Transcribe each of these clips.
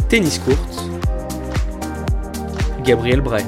Tennis Court, Gabriel Bray.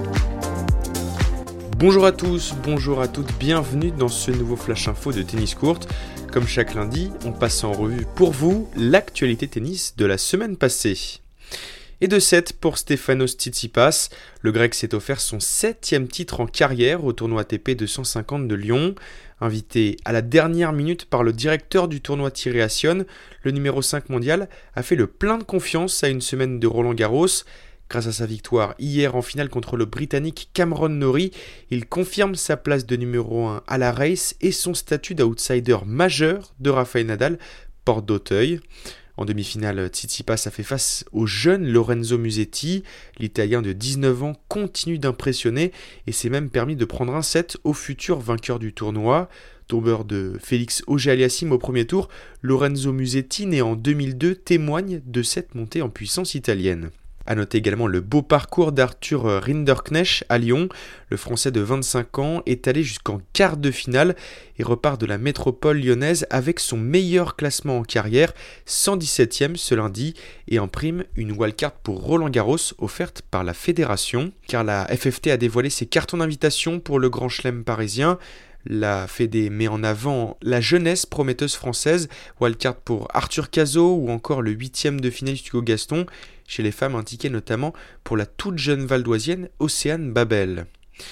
Bonjour à tous, bonjour à toutes, bienvenue dans ce nouveau Flash Info de Tennis Court. Comme chaque lundi, on passe en revue pour vous l'actualité tennis de la semaine passée. Et de 7 pour Stefanos Tsitsipas, le Grec s'est offert son 7e titre en carrière au tournoi ATP 250 de Lyon. Invité à la dernière minute par le directeur du tournoi Thierry Ascione, le numéro 5 mondial a fait le plein de confiance à une semaine de Roland-Garros. Grâce à sa victoire hier en finale contre le Britannique Cameron Norrie, il confirme sa place de numéro 1 à la race et son statut d'outsider majeur de Rafael Nadal, porte d'Auteuil. En demi-finale, Tsitsipas a fait face au jeune Lorenzo Musetti. L'Italien de 19 ans continue d'impressionner et s'est même permis de prendre un set au futur vainqueur du tournoi. Tombeur de Félix Auger-Aliassime au premier tour, Lorenzo Musetti, né en 2002, témoigne de cette montée en puissance italienne. A noter également le beau parcours d'Arthur Rinderknecht à Lyon. Le Français de 25 ans est allé jusqu'en quart de finale et repart de la métropole lyonnaise avec son meilleur classement en carrière, 117e ce lundi, et en prime une wildcard pour Roland-Garros offerte par la fédération, car la FFT a dévoilé ses cartons d'invitation pour le Grand Chelem parisien. La Fédé met en avant la jeunesse prometteuse française, wildcard pour Arthur Cazaux ou encore le 8e de finaliste Hugo Gaston. Chez les femmes, un ticket notamment pour la toute jeune valdoisienne Océane Babel.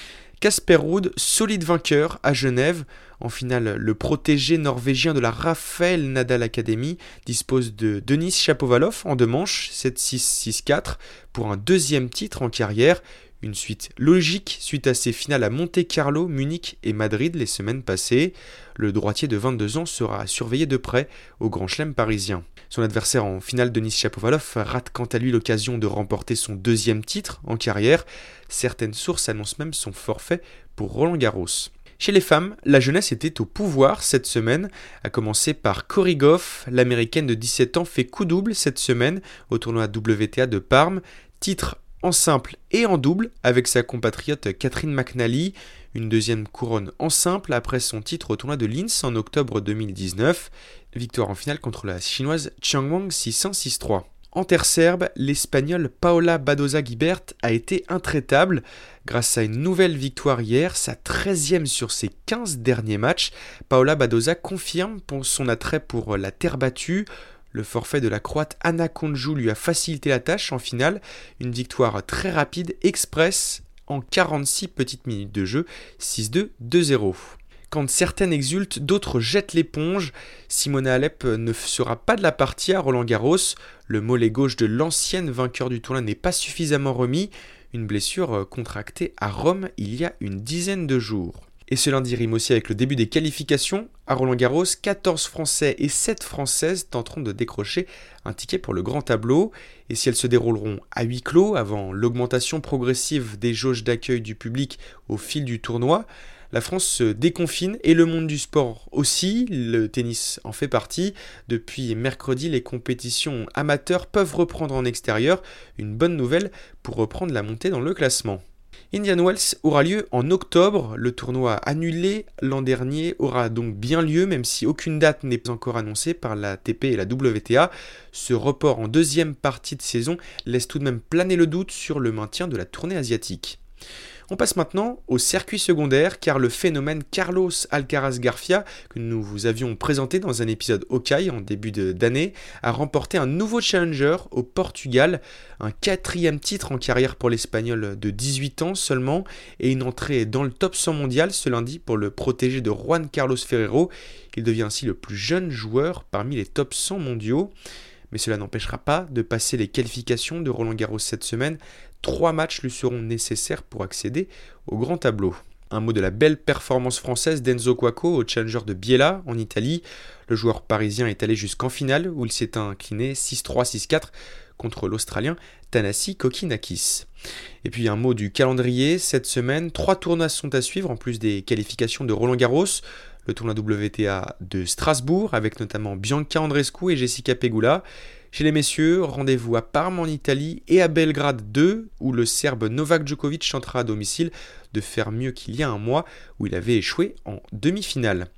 Casper Ruud, solide vainqueur à Genève. En finale, le protégé norvégien de la Rafael Nadal Academy dispose de Denis Shapovalov en 2 manches, 7-6, 6-4, pour un 2e titre en carrière. Une suite logique suite à ses finales à Monte-Carlo, Munich et Madrid les semaines passées. Le droitier de 22 ans sera surveillé de près au Grand Chelem parisien. Son adversaire en finale, Denis Shapovalov, rate quant à lui l'occasion de remporter son 2e titre en carrière. Certaines sources annoncent même son forfait pour Roland-Garros. Chez les femmes, la jeunesse était au pouvoir cette semaine, à commencer par Cory Gauff. L'américaine de 17 ans fait coup double cette semaine au tournoi WTA de Parme. Titre en simple et en double avec sa compatriote Catherine McNally, une 2e couronne en simple après son titre au tournoi de Linz en octobre 2019, victoire en finale contre la chinoise Qiang Wang 6-1, 6-3. En terre serbe, l'Espagnole Paola Badosa-Guibert a été intraitable. Grâce à une nouvelle victoire hier, sa 13e sur ses 15 derniers matchs, Paola Badosa confirme son attrait pour la terre battue. Le forfait de la Croate Ana Konjuh lui a facilité la tâche en finale, une victoire très rapide, express, en 46 petites minutes de jeu, 6-2, 2-0. Quand certaines exultent, d'autres jettent l'éponge. Simona Halep ne sera pas de la partie à Roland-Garros. Le mollet gauche de l'ancienne vainqueur du tournoi n'est pas suffisamment remis. Une blessure contractée à Rome il y a une dizaine de jours. Et ce lundi rime aussi avec le début des qualifications. À Roland-Garros, 14 Français et 7 Françaises tenteront de décrocher un ticket pour le grand tableau. Et si elles se dérouleront à huis clos, avant l'augmentation progressive des jauges d'accueil du public au fil du tournoi, la France se déconfine et le monde du sport aussi. Le tennis en fait partie. Depuis mercredi, les compétitions amateurs peuvent reprendre en extérieur. Une bonne nouvelle pour reprendre la montée dans le classement. Indian Wells aura lieu en octobre. Le tournoi annulé l'an dernier aura donc bien lieu, même si aucune date n'est encore annoncée par la ATP et la WTA. Ce report en 2e partie de saison laisse tout de même planer le doute sur le maintien de la tournée asiatique. On passe maintenant au circuit secondaire, car le phénomène Carlos Alcaraz Garcia, que nous vous avions présenté dans un épisode Hawkeye en début d'année, a remporté un nouveau challenger au Portugal, un 4e titre en carrière pour l'Espagnol de 18 ans seulement, et une entrée dans le top 100 mondial ce lundi pour le protégé de Juan Carlos Ferrero. Il devient ainsi le plus jeune joueur parmi les top 100 mondiaux. Mais cela n'empêchera pas de passer les qualifications de Roland-Garros cette semaine. 3 matchs lui seront nécessaires pour accéder au grand tableau. Un mot de la belle performance française d'Enzo Couaco au Challenger de Biella en Italie. Le joueur parisien est allé jusqu'en finale où il s'est incliné 6-3, 6-4 contre l'Australien Thanasi Kokkinakis. Et puis un mot du calendrier. Cette semaine, 3 tournois sont à suivre en plus des qualifications de Roland-Garros. Le tournoi WTA de Strasbourg avec notamment Bianca Andreescu et Jessica Pegula. Chez les messieurs, rendez-vous à Parme en Italie et à Belgrade 2, où le Serbe Novak Djokovic tentera à domicile de faire mieux qu'il y a un mois, où il avait échoué en demi-finale.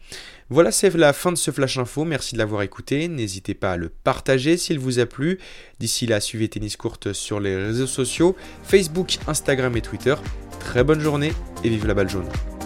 Voilà, c'est la fin de ce Flash Info, merci de l'avoir écouté, n'hésitez pas à le partager s'il vous a plu. D'ici là, suivez Tennis Court sur les réseaux sociaux, Facebook, Instagram et Twitter. Très bonne journée et vive la balle jaune.